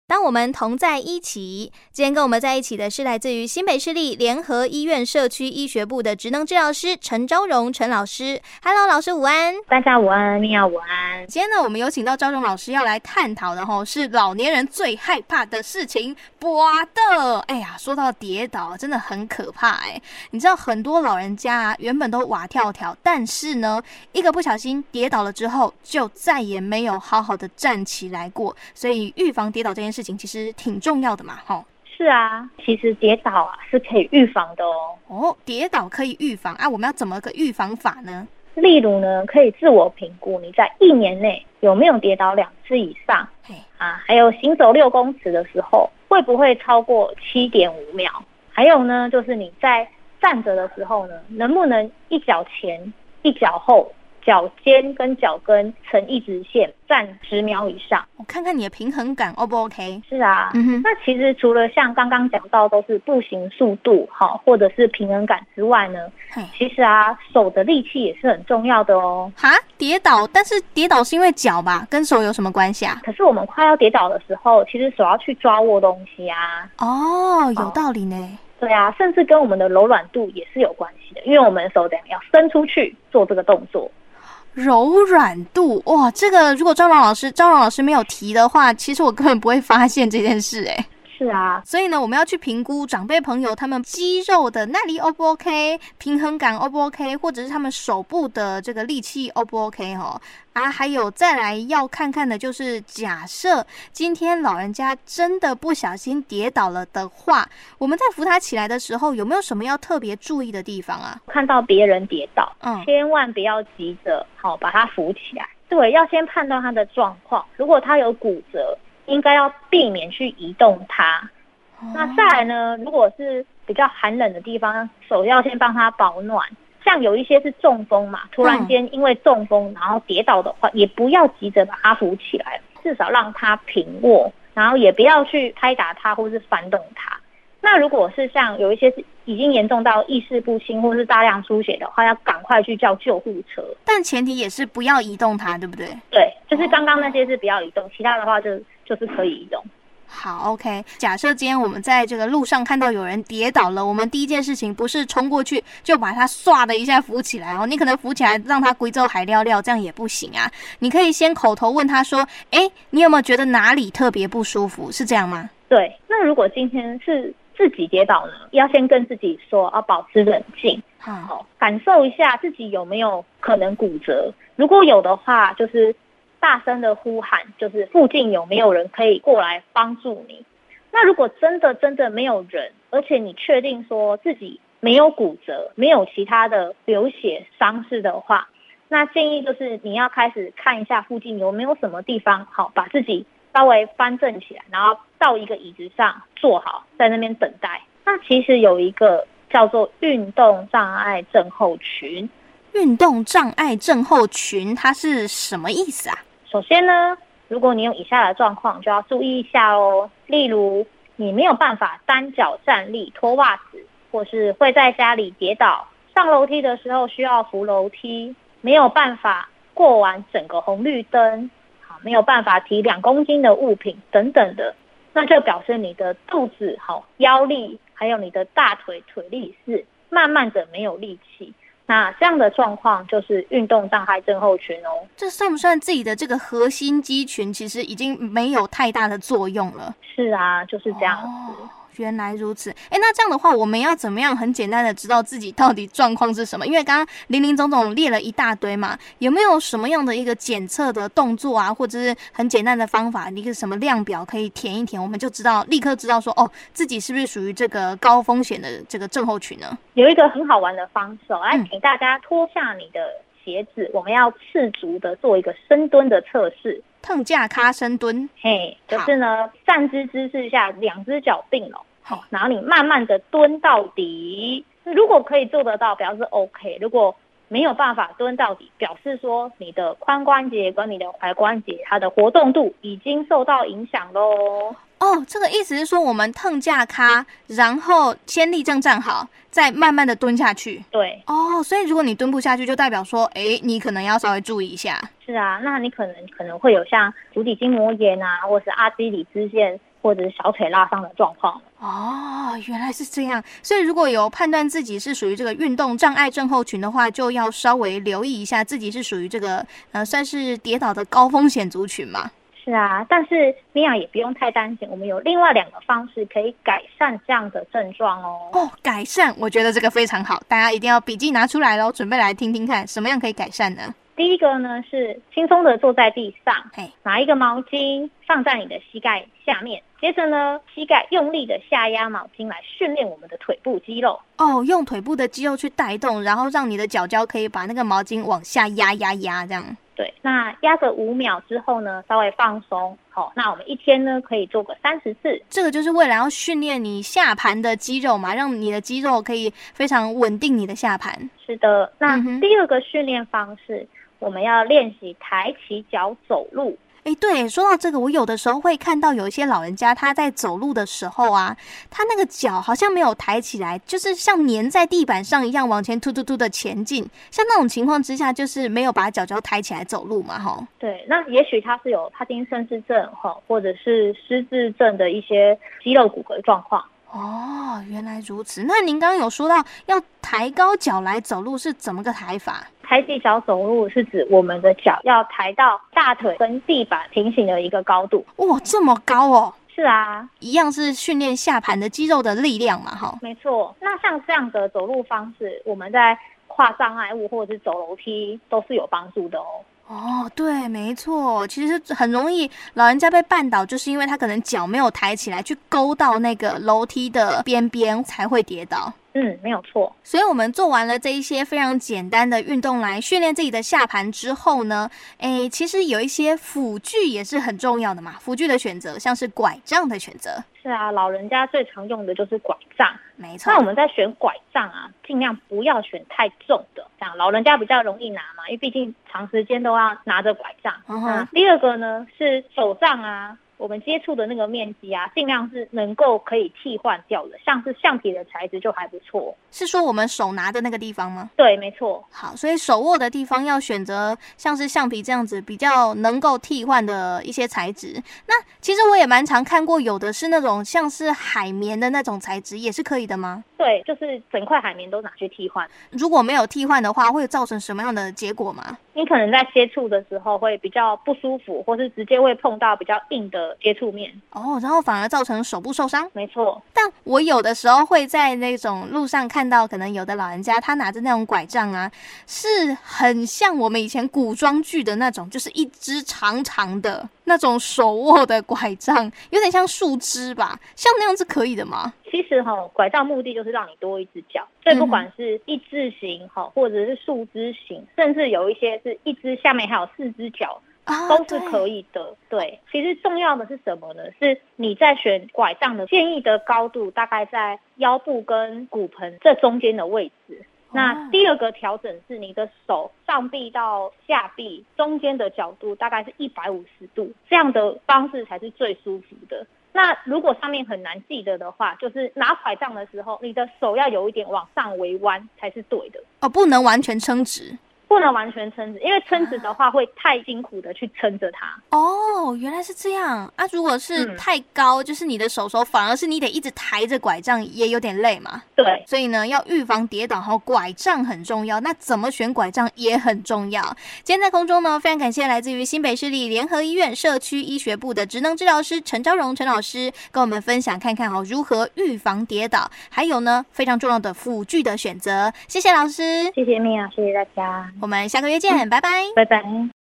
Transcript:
当我们同在一起。今天跟我们在一起的是来自于新北市立联合医院社区医学部的职能治疗师陈昭荣陈老师。Hello， 老师午安。 大家午安，你好，午安。 今天呢，我们有请到昭荣老师要来探讨的是老年人最害怕的事情——跌倒。哎呀，说到跌倒，真的很可怕哎。你知道很多老人家啊，原本都蛙跳跳，但是呢，一个不小心跌倒了之后，就再也没有好好的站起来过。所以预防跌倒这件事情其实挺重要的嘛，齁。 是啊，其实跌倒啊是可以预防的哦。跌倒可以预防啊，我们要怎么个预防法呢？ 例如呢，可以自我评估你在1年内有没有跌倒2次以上还有行走6公尺的时候会不会超过7.5秒，还有呢，就是你在站着的时候呢，能不能一脚前一脚后，脚尖跟脚跟成一直线，站10秒以上。 我看看你的平衡感 O 不 OK？ 是啊，那其实除了像刚刚讲到都是步行速度或者是平衡感之外呢，其实啊，手的力气也是很重要的哦。 跌倒，但是跌倒是因为脚吧，跟手有什么关系啊？ 可是我们快要跌倒的时候，其实手要去抓握东西啊。 哦，有道理呢。 对啊，甚至跟我们的柔软度也是有关系的，因为我们的手要伸出去做这个动作。 柔软度，哇，这个如果昭荣老师没有提的话，其实我根本不会发现这件事哎。 是啊， 所以呢，我们要去评估长辈朋友他们肌肉的耐力 O 不 OK， 平衡感 O 不 OK， 或者是他们手部的这个力气 O 不 OK 还有再来要看看的就是假设今天老人家真的不小心跌倒了的话，我们在扶他起来的时候有没有什么要特别注意的地方啊？ 看到别人跌倒，千万不要急着把他扶起来。对，要先判断他的状况，如果他有骨折，应该要避免去移动它。那再来呢，如果是比较寒冷的地方，手要先帮他保暖。像有一些是中风嘛，突然间因为中风然后跌倒的话，也不要急着把他扶起来，至少让他平卧，然后也不要去拍打他或是翻动他。那如果是像有一些是已经严重到意识不清或是大量出血的话，要赶快去叫救护车。但前提也是不要移动它，对不对？ 对，就是刚刚那些是不要移动，其他的话就是可以移动。 好 ，OK。假设今天我们在这个路上看到有人跌倒了，我们第一件事情不是冲过去就把他唰的一下扶起来你可能扶起来让他贵州海尿尿，这样也不行啊。你可以先口头问他说：“你有没有觉得哪里特别不舒服？”是这样吗？ 对。那如果今天是自己跌倒呢，要先跟自己说，要保持冷静，感受一下自己有没有可能骨折。如果有的话，就是大声的呼喊，就是附近有没有人可以过来帮助你。那如果真的没有人，而且你确定说自己没有骨折，没有其他的流血伤势的话，那建议就是你要开始看一下附近有没有什么地方把自己稍微翻正起来，然后到一个椅子上坐好，在那边等待。那其实有一个叫做运动障碍症候群。 运动障碍症候群它是什么意思啊？ 首先呢，如果你有以下的状况，就要注意一下哦。例如，你没有办法单脚站立脱袜子，或是会在家里跌倒，上楼梯的时候需要扶楼梯，没有办法过完整个红绿灯，没有办法提2公斤的物品等等的，那就表示你的肚子腰力还有你的大腿腿力是慢慢的没有力气。那这样的状况就是运动障碍症候群哦。 这算不算自己的这个核心肌群其实已经没有太大的作用了？ 是啊，就是这样子。 原来如此。那这样的话我们要怎么样很简单的知道自己到底状况是什么？因为刚刚林林总总列了一大堆嘛，有没有什么样的一个检测的动作啊，或者是很简单的方法，一个什么量表可以填一填，我们就立刻知道说自己是不是属于这个高风险的这个症候群呢？ 有一个很好玩的方式来请大家脱下你的鞋子，我们要赤足的做一个深蹲的测试。 腾架咖深蹲， 就是呢，站姿姿势下2只脚并拢，然后你慢慢的蹲到底。如果可以做得到，表示 OK； 如果没有办法蹲到底，表示说你的髋关节跟你的踝关节它的活动度已经受到影响咯。 这个意思是说我们腾架咖，然后先立正站好，再慢慢的蹲下去。 对。 所以如果你蹲不下去，就代表说你可能要稍微注意一下。 是啊，那你可能会有像足底筋膜炎啊，或是阿基里斯腱，或或者是小腿拉伤的状况。 哦，原来是这样。所以如果有判断自己是属于这个运动障碍症候群的话，就要稍微留意一下自己是属于这个算是跌倒的高风险族群嘛。 是啊，但是米娅也不用太担心，我们有另外2个方式可以改善这样的症状哦。 哦，改善，我觉得这个非常好，大家一定要笔记拿出来咯，准备来听听看什么样可以改善呢？ 第一个呢是轻松的坐在地上，拿一个毛巾放在你的膝盖下面，接着呢膝盖用力的下压毛巾来训练我们的腿部肌肉。哦， 用腿部的肌肉去带动，然后让你的脚脚可以把那个毛巾往下压这样。 对，那压个5秒之后呢，稍微放松。好，那我们一天呢可以做个30次。 这个就是为了要训练你下盘的肌肉嘛，让你的肌肉可以非常稳定你的下盘。 是的，那第2个训练方式，我们要练习抬起脚走路。 对，说到这个，我有的时候会看到有一些老人家他在走路的时候啊，他那个脚好像没有抬起来，就是像粘在地板上一样往前突的前进。像那种情况之下，就是没有把脚抬起来走路嘛，齁。 对，那也许他是有帕金森氏症或者是失智症的一些肌肉骨骼状况。 哦，原来如此。那您刚刚有说到要抬高脚来走路，是怎么个抬法？ 抬起脚走路是指我们的脚要抬到大腿跟地板平行的一个高度。 哇，这么高哦！ 是啊， 一样是训练下盘的肌肉的力量嘛，齁。 没错。那像这样的走路方式，我们在跨障碍物或者是走楼梯都是有帮助的哦。 哦，对，没错，其实很容易老人家被绊倒，就是因为他可能脚没有抬起来，去勾到那个楼梯的边边才会跌倒。 没有错。 所以我们做完了这一些非常简单的运动来训练自己的下盘之后呢，其实有一些辅具也是很重要的嘛，辅具的选择，像是拐杖的选择。 是啊，老人家最常用的就是拐杖。 没错。 那我们在选拐杖啊，尽量不要选太重的，这样老人家比较容易拿嘛，因为毕竟长时间都要拿着拐杖。第2个呢是手杖啊，我们接触的那个面积啊，尽量是能够可以替换掉的，像是橡皮的材质就还不错。 是说我们手拿的那个地方吗？ 对，没错。 好，所以手握的地方要选择像是橡皮这样子比较能够替换的一些材质。那其实我也蛮常看过，有的是那种像是海绵的那种材质，也是可以的吗？ 对，就是整块海绵都拿去替换。 如果没有替换的话，会造成什么样的结果吗？ 你可能在接触的时候会比较不舒服，或是直接会碰到比较硬的接触面。 然后反而造成手部受伤。 没错。 但我有的时候会在那种路上看到，可能有的老人家他拿着那种拐杖啊，是很像我们以前古装剧的那种，就是一支长长的那种手握的拐杖，有点像树枝吧，像那样是可以的吗？ 其实拐杖目的就是让你多一只脚，所以不管是一字形或者是树枝形，甚至有一些是一只下面还有4只脚，都是可以的。对，其实重要的是什么呢？是你在选拐杖的建议的高度大概在腰部跟骨盆这中间的位置。那第2个调整是你的手上臂到下臂中间的角度大概是150度，这样的方式才是最舒服的。那如果上面很难记得的话，就是拿拐杖的时候，你的手要有一点往上微弯才是对的。 不能完全撑直。 不能完全撑直，因为撑直的话会太辛苦的去撑着它。 原来是这样啊！如果是太高，就是你的手反而是你得一直抬着拐杖，也有点累嘛。 对， 所以呢，要预防跌倒，拐杖很重要。那怎么选拐杖也很重要。今天在空中呢，非常感谢来自于新北市立联合医院社区医学部的职能治疗师陈昭荣陈老师，跟我们分享看看如何预防跌倒，还有呢非常重要的辅具的选择。谢谢老师， 谢谢米娅，谢谢大家。 我们下个月见，拜拜， 拜拜。